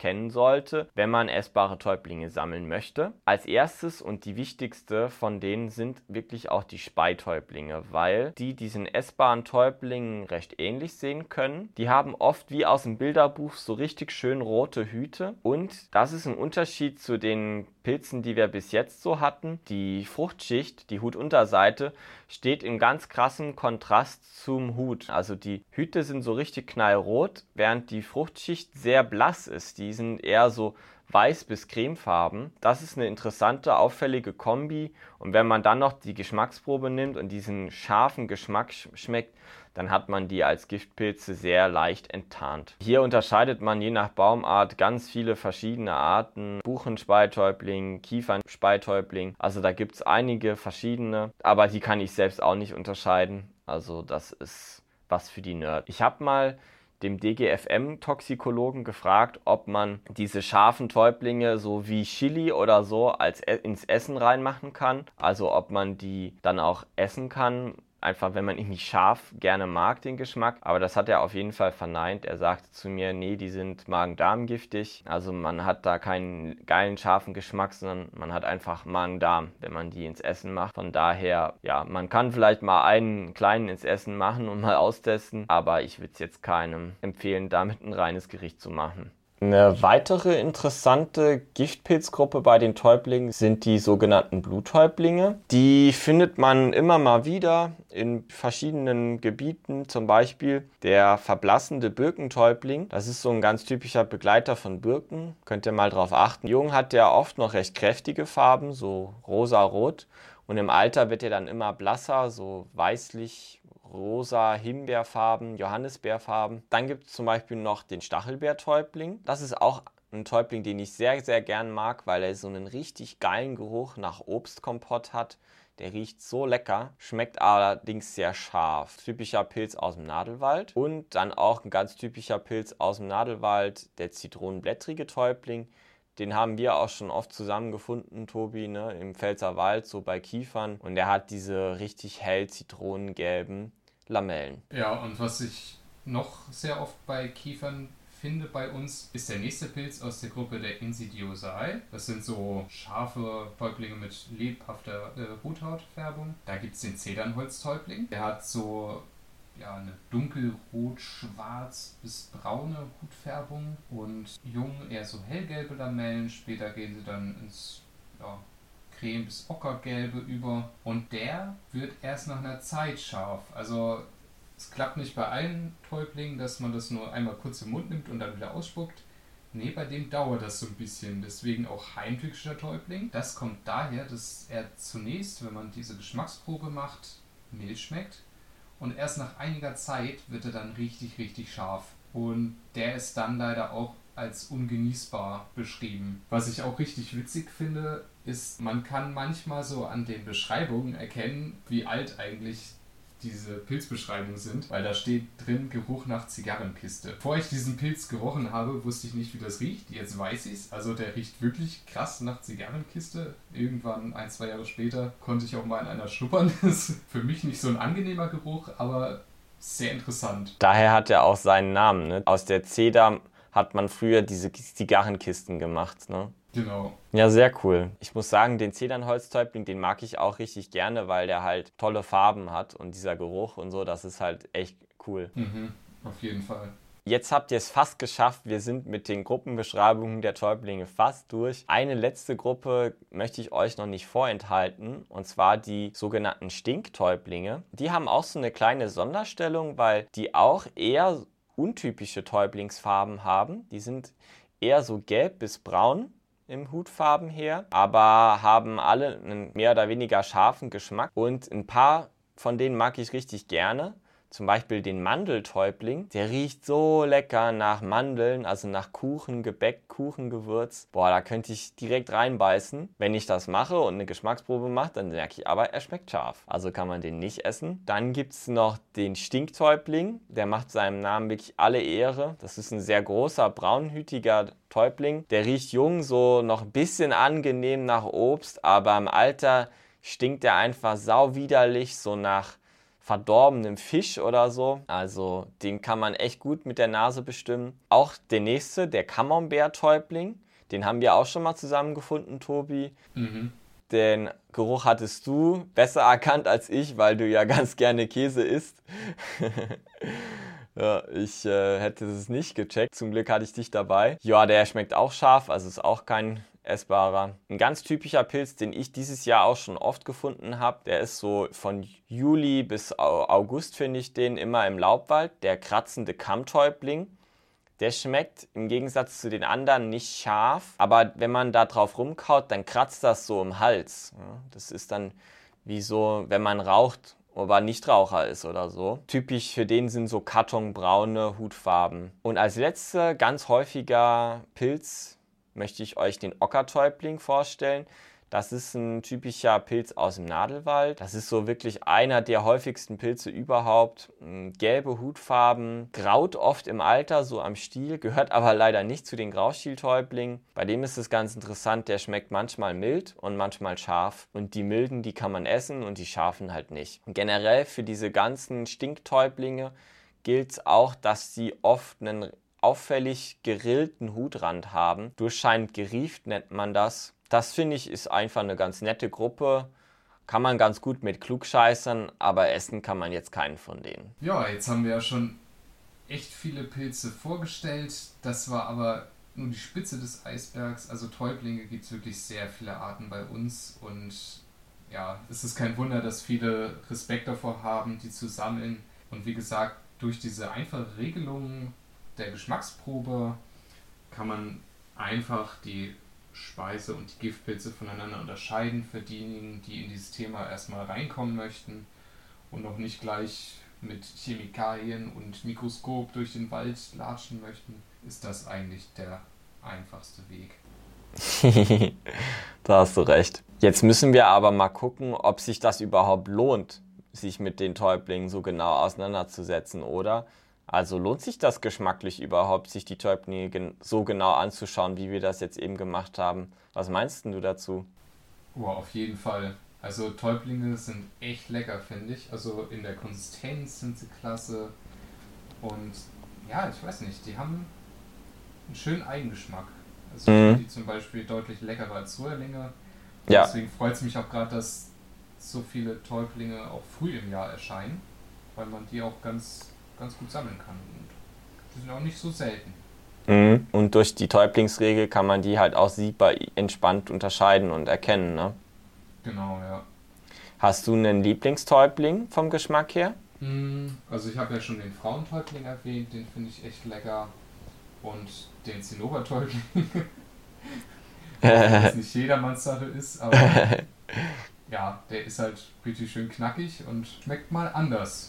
Speaker 1: kennen sollte, wenn man essbare Täublinge sammeln möchte. Als erstes und die wichtigste von denen sind wirklich auch die Speitäublinge, weil die diesen essbaren Täublingen recht ähnlich sehen können. Die haben oft wie aus dem Bilderbuch so richtig schön rote Hüte und das ist ein Unterschied zu den Pilzen, die wir bis jetzt so hatten. Die Fruchtschicht, die Hutunterseite, steht in ganz krassem Kontrast zum Hut. Also die Hüte sind so richtig knallrot, während die Fruchtschicht sehr blass ist. Die sind eher so weiß bis cremefarben. Das ist eine interessante, auffällige Kombi. Und wenn man dann noch die Geschmacksprobe nimmt und diesen scharfen Geschmack schmeckt, dann hat man die als Giftpilze sehr leicht enttarnt. Hier unterscheidet man je nach Baumart ganz viele verschiedene Arten. Buchenspeitäubling, Kiefernspeitäubling. Also da gibt es einige verschiedene, aber die kann ich selbst auch nicht unterscheiden. Also das ist was für die Nerds. Ich habe mal dem DGFM-Toxikologen gefragt, ob man diese scharfen Täublinge so wie Chili oder so ins Essen reinmachen kann. Also ob man die dann auch essen kann. Einfach, wenn man irgendwie scharf gerne mag, den Geschmack. Aber das hat er auf jeden Fall verneint. Er sagte zu mir, nee, die sind Magen-Darm-giftig. Also man hat da keinen geilen, scharfen Geschmack, sondern man hat einfach Magen-Darm, wenn man die ins Essen macht. Von daher, ja, man kann vielleicht mal einen kleinen ins Essen machen und mal austesten. Aber ich würde es jetzt keinem empfehlen, damit ein reines Gericht zu machen. Eine weitere interessante Giftpilzgruppe bei den Täublingen sind die sogenannten Bluttäublinge. Die findet man immer mal wieder in verschiedenen Gebieten, zum Beispiel der verblassende Birkentäubling. Das ist so ein ganz typischer Begleiter von Birken. Könnt ihr mal drauf achten. Jung hat der oft noch recht kräftige Farben, so rosa-rot. Und im Alter wird er dann immer blasser, so weißlich, rosa, Himbeerfarben, Johannisbeerfarben. Dann gibt es zum Beispiel noch den Stachelbeertäubling. Das ist auch ein Täubling, den ich sehr, sehr gern mag, weil er so einen richtig geilen Geruch nach Obstkompott hat. Der riecht so lecker, schmeckt allerdings sehr scharf. Typischer Pilz aus dem Nadelwald. Und dann auch ein ganz typischer Pilz aus dem Nadelwald, der zitronenblättrige Täubling. Den haben wir auch schon oft zusammengefunden, Tobi, ne, im Pfälzerwald, so bei Kiefern. Und der hat diese richtig hell zitronengelben Lamellen.
Speaker 2: Ja, und was ich noch sehr oft bei Kiefern finde bei uns, ist der nächste Pilz aus der Gruppe der Insidiosae. Das sind so scharfe Täublinge mit lebhafter Huthautfärbung. Da gibt es den Zedernholztäubling. Der hat so eine dunkelrot-schwarz bis braune Hutfärbung und jung eher so hellgelbe Lamellen. Später gehen sie dann ins creme- bis ockergelbe über und der wird erst nach einer Zeit scharf. Also es klappt nicht bei allen Täublingen, dass man das nur einmal kurz im Mund nimmt und dann wieder ausspuckt. Nee, bei dem dauert das so ein bisschen. Deswegen auch heimtückischer Täubling. Das kommt daher, dass er zunächst, wenn man diese Geschmacksprobe macht, mild schmeckt. Und erst nach einiger Zeit wird er dann richtig, richtig scharf. Und der ist dann leider auch als ungenießbar beschrieben. Was ich auch richtig witzig finde, ist, man kann manchmal so an den Beschreibungen erkennen, wie alt eigentlich diese Pilzbeschreibungen sind, weil da steht drin Geruch nach Zigarrenkiste. Bevor ich diesen Pilz gerochen habe, wusste ich nicht, wie das riecht. Jetzt weiß ich es. Also der riecht wirklich krass nach Zigarrenkiste. Irgendwann 1-2 Jahre später konnte ich auch mal in einer schnuppern. Das ist für mich nicht so ein angenehmer Geruch, aber sehr interessant.
Speaker 1: Daher hat er auch seinen Namen, ne? Aus der Zeder hat man früher diese Zigarrenkisten gemacht, ne?
Speaker 2: Genau.
Speaker 1: Ja, sehr cool. Ich muss sagen, den Zedernholztäubling, den mag ich auch richtig gerne, weil der halt tolle Farben hat und dieser Geruch und so, das ist halt echt cool.
Speaker 2: Auf jeden Fall.
Speaker 1: Jetzt habt ihr es fast geschafft. Wir sind mit den Gruppenbeschreibungen der Täublinge fast durch. Eine letzte Gruppe möchte ich euch noch nicht vorenthalten, und zwar die sogenannten Stinktäublinge. Die haben auch so eine kleine Sonderstellung, weil die auch eher untypische Täublingsfarben haben. Die sind eher so gelb bis braun im Hutfarben her, aber haben alle einen mehr oder weniger scharfen Geschmack und ein paar von denen mag ich richtig gerne. Zum Beispiel den Mandeltäubling, der riecht so lecker nach Mandeln, also nach Kuchen, Gebäck, Kuchengewürz. Boah, da könnte ich direkt reinbeißen. Wenn ich das mache und eine Geschmacksprobe mache, dann merke ich aber, er schmeckt scharf. Also kann man den nicht essen. Dann gibt es noch den Stinktäubling, der macht seinem Namen wirklich alle Ehre. Das ist ein sehr großer, braunhütiger Täubling. Der riecht jung, so noch ein bisschen angenehm nach Obst, aber im Alter stinkt er einfach sauwiderlich, so nach verdorbenem Fisch oder so. Also den kann man echt gut mit der Nase bestimmen. Auch der nächste, der Camembert-Täubling, den haben wir auch schon mal zusammen gefunden, Tobi.
Speaker 2: Mhm.
Speaker 1: Den Geruch hattest du besser erkannt als ich, weil du ja ganz gerne Käse isst. Ja, ich hätte es nicht gecheckt. Zum Glück hatte ich dich dabei. Ja, der schmeckt auch scharf, also ist auch kein essbarer. Ein ganz typischer Pilz, den ich dieses Jahr auch schon oft gefunden habe, der ist so von Juli bis August, finde ich den, immer im Laubwald. Der kratzende Kammtäubling. Der schmeckt im Gegensatz zu den anderen nicht scharf, aber wenn man da drauf rumkaut, dann kratzt das so im Hals. Ja, das ist dann wie so, wenn man raucht, aber nicht Raucher ist oder so. Typisch für den sind so kartonbraune Hutfarben. Und als letzter ganz häufiger Pilz möchte ich euch den Ockertäubling vorstellen. Das ist ein typischer Pilz aus dem Nadelwald. Das ist so wirklich einer der häufigsten Pilze überhaupt. Gelbe Hutfarben, graut oft im Alter, so am Stiel, gehört aber leider nicht zu den Graustieltäublingen. Bei dem ist es ganz interessant, der schmeckt manchmal mild und manchmal scharf. Und die milden, die kann man essen und die scharfen halt nicht. Generell für diese ganzen Stinktäublinge gilt es auch, dass sie oft einen auffällig gerillten Hutrand haben. Durchscheinend gerieft nennt man das. Das finde ich ist einfach eine ganz nette Gruppe. Kann man ganz gut mit klugscheißern, aber essen kann man jetzt keinen von denen.
Speaker 2: Ja, jetzt haben wir ja schon echt viele Pilze vorgestellt. Das war aber nur die Spitze des Eisbergs. Also Täublinge gibt es wirklich sehr viele Arten bei uns. Und ja, es ist kein Wunder, dass viele Respekt davor haben, die zu sammeln. Und wie gesagt, durch diese einfache Regelung der Geschmacksprobe kann man einfach die Speise- und die Giftpilze voneinander unterscheiden für diejenigen, die in dieses Thema erstmal reinkommen möchten und noch nicht gleich mit Chemikalien und Mikroskop durch den Wald latschen möchten, ist das eigentlich der einfachste Weg.
Speaker 1: Da hast du recht. Jetzt müssen wir aber mal gucken, ob sich das überhaupt lohnt, sich mit den Täublingen so genau auseinanderzusetzen, oder? Also lohnt sich das geschmacklich überhaupt, sich die Täublinge so genau anzuschauen, wie wir das jetzt eben gemacht haben? Was meinst du dazu?
Speaker 2: Oh, auf jeden Fall. Also Täublinge sind echt lecker, finde ich. Also in der Konsistenz sind sie klasse. Und ja, ich weiß nicht, die haben einen schönen Eigengeschmack. Also ich finde die zum Beispiel deutlich leckerer als Röhrlinge.
Speaker 1: Ja.
Speaker 2: Deswegen freut es mich auch gerade, dass so viele Täublinge auch früh im Jahr erscheinen, weil man die auch ganz gut sammeln kann. Und die sind auch nicht so selten.
Speaker 1: Und durch die Täublingsregel kann man die halt auch super entspannt unterscheiden und erkennen, ne?
Speaker 2: Genau, ja.
Speaker 1: Hast du einen Lieblingstäubling vom Geschmack her?
Speaker 2: Also ich habe ja schon den Frauentäubling erwähnt, den finde ich echt lecker. Und den Zinnobertäubling, was nicht jedermanns Sache ist, aber ja, der ist halt richtig schön knackig und schmeckt mal anders.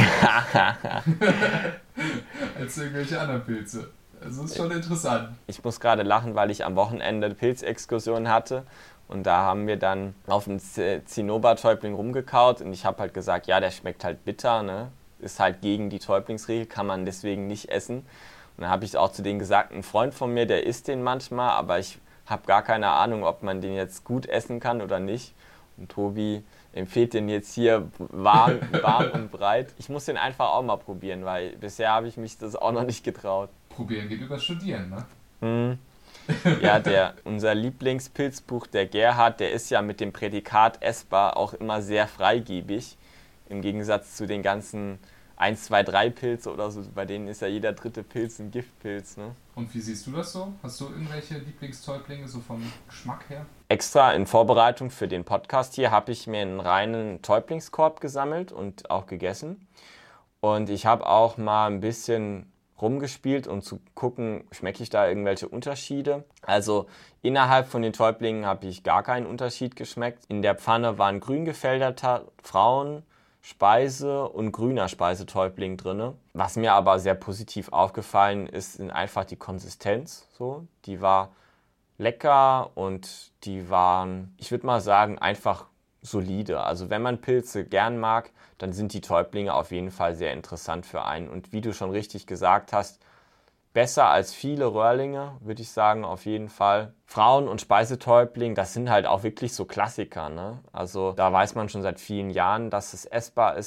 Speaker 2: Als irgendwelche anderen Pilze. Also ist schon interessant.
Speaker 1: Ich muss gerade lachen, weil ich am Wochenende eine Pilzexkursion hatte und da haben wir dann auf dem Zinnobertäubling rumgekaut und ich habe halt gesagt, ja, der schmeckt halt bitter, ne? Ist halt gegen die Täublingsregel, kann man deswegen nicht essen. Und dann habe ich auch zu denen gesagt, ein Freund von mir, der isst den manchmal, aber ich habe gar keine Ahnung, ob man den jetzt gut essen kann oder nicht. Und Tobi empfiehlt den jetzt hier warm und breit. Ich muss den einfach auch mal probieren, weil bisher habe ich mich das auch noch nicht getraut.
Speaker 2: Probieren geht über Studieren, ne?
Speaker 1: Ja, unser Lieblingspilzbuch, der Gerhard, der ist ja mit dem Prädikat essbar auch immer sehr freigebig. Im Gegensatz zu den ganzen 1, 2, 3 Pilze oder so, bei denen ist ja jeder dritte Pilz ein Giftpilz, ne?
Speaker 2: Und wie siehst du das so? Hast du irgendwelche Lieblingstäublinge so vom Geschmack her?
Speaker 1: Extra in Vorbereitung für den Podcast hier habe ich mir einen reinen Täublingskorb gesammelt und auch gegessen. Und ich habe auch mal ein bisschen rumgespielt, um zu gucken, schmecke ich da irgendwelche Unterschiede. Also innerhalb von den Täublingen habe ich gar keinen Unterschied geschmeckt. In der Pfanne waren grün gefilterter Frauen, Speise und grüner Speisetäubling drin. Was mir aber sehr positiv aufgefallen ist, sind einfach die Konsistenz. So. Die war lecker und die waren, ich würde mal sagen, einfach solide. Also wenn man Pilze gern mag, dann sind die Täublinge auf jeden Fall sehr interessant für einen. Und wie du schon richtig gesagt hast, besser als viele Röhrlinge, würde ich sagen, auf jeden Fall. Frauen- und Speisetäubling, das sind halt auch wirklich so Klassiker, ne? Also da weiß man schon seit vielen Jahren, dass es essbar ist.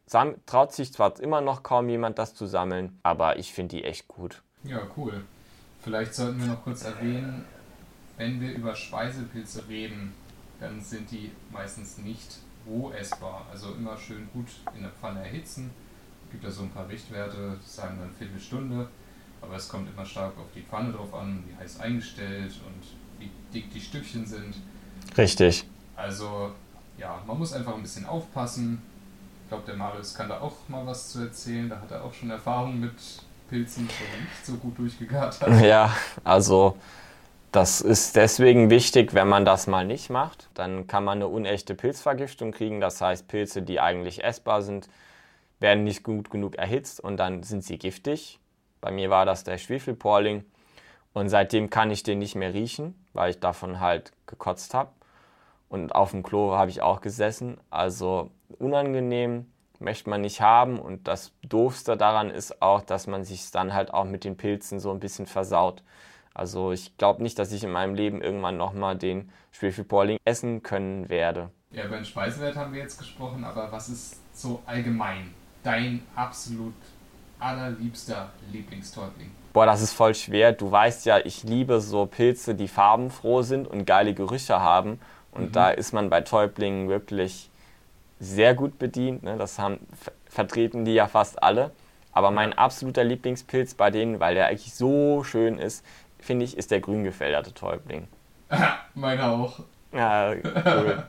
Speaker 1: traut sich zwar immer noch kaum jemand, das zu sammeln, aber ich finde die echt gut.
Speaker 2: Ja, cool. Vielleicht sollten wir noch kurz erwähnen, wenn wir über Speisepilze reden, dann sind die meistens nicht roh essbar. Also immer schön gut in der Pfanne erhitzen. Es gibt ja so ein paar Richtwerte, die sagen dann Viertelstunde. Aber es kommt immer stark auf die Pfanne drauf an, wie heiß eingestellt und wie dick die Stückchen sind.
Speaker 1: Richtig.
Speaker 2: Also ja, man muss einfach ein bisschen aufpassen. Ich glaube, der Marius kann da auch mal was zu erzählen. Da hat er auch schon Erfahrung mit Pilzen, wo er nicht so gut durchgegart hat.
Speaker 1: Ja, also das ist deswegen wichtig, wenn man das mal nicht macht. Dann kann man eine unechte Pilzvergiftung kriegen. Das heißt, Pilze, die eigentlich essbar sind, werden nicht gut genug erhitzt und dann sind sie giftig. Bei mir war das der Schwefelporling und seitdem kann ich den nicht mehr riechen, weil ich davon halt gekotzt habe. Und auf dem Klo habe ich auch gesessen. Also unangenehm, möchte man nicht haben. Und das Doofste daran ist auch, dass man sich dann halt auch mit den Pilzen so ein bisschen versaut. Also ich glaube nicht, dass ich in meinem Leben irgendwann nochmal den Schwefelporling essen können werde.
Speaker 2: Ja, über den Speisewert haben wir jetzt gesprochen, aber was ist so allgemein dein absolut allerliebster Lieblingstäubling?
Speaker 1: Boah, das ist voll schwer. Du weißt ja, ich liebe so Pilze, die farbenfroh sind und geile Gerüche haben. Und da ist man bei Täublingen wirklich sehr gut bedient. Ne? Das vertreten die ja fast alle. Aber mein absoluter Lieblingspilz bei denen, weil der eigentlich so schön ist, finde ich, ist der grün gefälderte Täubling.
Speaker 2: Meiner auch.
Speaker 1: Ja, cool.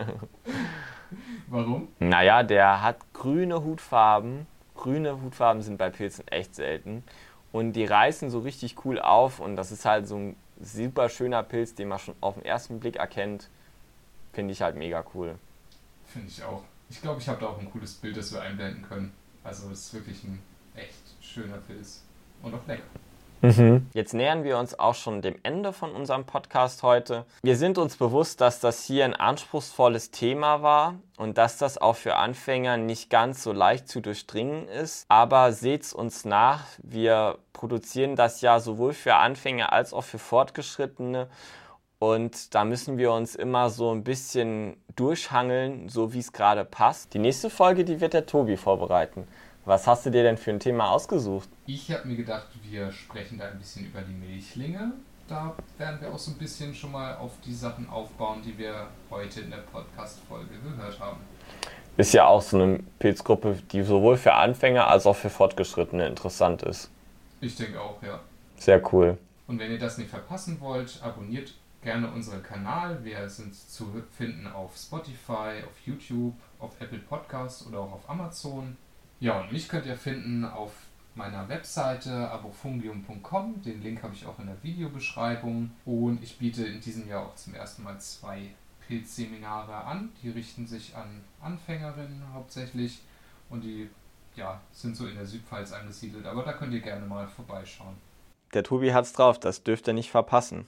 Speaker 2: Warum?
Speaker 1: Naja, der hat grüne Hutfarben. Grüne Hutfarben sind bei Pilzen echt selten. Und die reißen so richtig cool auf. Und das ist halt so ein super schöner Pilz, den man schon auf den ersten Blick erkennt. Finde ich halt mega cool.
Speaker 2: Finde ich auch. Ich glaube, ich habe da auch ein cooles Bild, das wir einblenden können. Also es ist wirklich ein echt schöner Pilz. Und auch lecker.
Speaker 1: Jetzt nähern wir uns auch schon dem Ende von unserem Podcast heute. Wir sind uns bewusst, dass das hier ein anspruchsvolles Thema war und dass das auch für Anfänger nicht ganz so leicht zu durchdringen ist. Aber seht's uns nach, wir produzieren das ja sowohl für Anfänger als auch für Fortgeschrittene. Und da müssen wir uns immer so ein bisschen durchhangeln, so wie es gerade passt. Die nächste Folge, die wird der Tobi vorbereiten. Was hast du dir denn für ein Thema ausgesucht?
Speaker 2: Ich habe mir gedacht, wir sprechen da ein bisschen über die Milchlinge. Da werden wir auch so ein bisschen schon mal auf die Sachen aufbauen, die wir heute in der Podcast-Folge gehört haben.
Speaker 1: Ist ja auch so eine Pilzgruppe, die sowohl für Anfänger als auch für Fortgeschrittene interessant ist.
Speaker 2: Ich denke auch, ja.
Speaker 1: Sehr cool.
Speaker 2: Und wenn ihr das nicht verpassen wollt, abonniert gerne unseren Kanal. Wir sind zu finden auf Spotify, auf YouTube, auf Apple Podcasts oder auch auf Amazon. Ja, und mich könnt ihr finden auf meiner Webseite abofungium.com. Den Link habe ich auch in der Videobeschreibung. Und ich biete in diesem Jahr auch zum ersten Mal 2 Pilzseminare an. Die richten sich an Anfängerinnen hauptsächlich und die sind so in der Südpfalz angesiedelt. Aber da könnt ihr gerne mal vorbeischauen.
Speaker 1: Der Tobi hat's drauf, das dürft ihr nicht verpassen.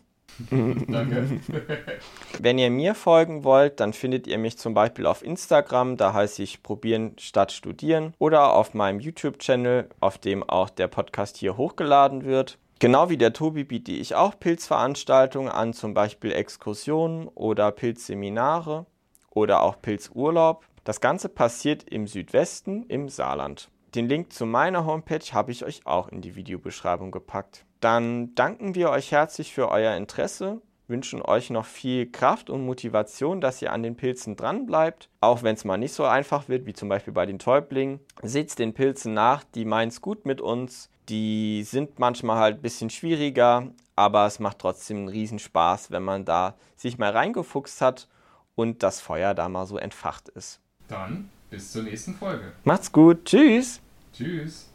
Speaker 2: Danke.
Speaker 1: Wenn ihr mir folgen wollt, dann findet ihr mich zum Beispiel auf Instagram, da heiße ich Probieren statt Studieren, oder auf meinem YouTube-Channel, auf dem auch der Podcast hier hochgeladen wird. Genau wie der Tobi biete ich auch Pilzveranstaltungen an, zum Beispiel Exkursionen oder Pilzseminare oder auch Pilzurlaub. Das Ganze passiert im Südwesten, im Saarland. Den Link zu meiner Homepage habe ich euch auch in die Videobeschreibung gepackt. Dann danken wir euch herzlich für euer Interesse, wünschen euch noch viel Kraft und Motivation, dass ihr an den Pilzen dran bleibt, auch wenn es mal nicht so einfach wird, wie zum Beispiel bei den Täublingen. Seht's den Pilzen nach, die meinen's gut mit uns, die sind manchmal halt ein bisschen schwieriger, aber es macht trotzdem einen Riesenspaß, wenn man da sich mal reingefuchst hat und das Feuer da mal so entfacht ist.
Speaker 2: Dann bis zur nächsten Folge.
Speaker 1: Macht's gut, tschüss!
Speaker 2: Tschüss!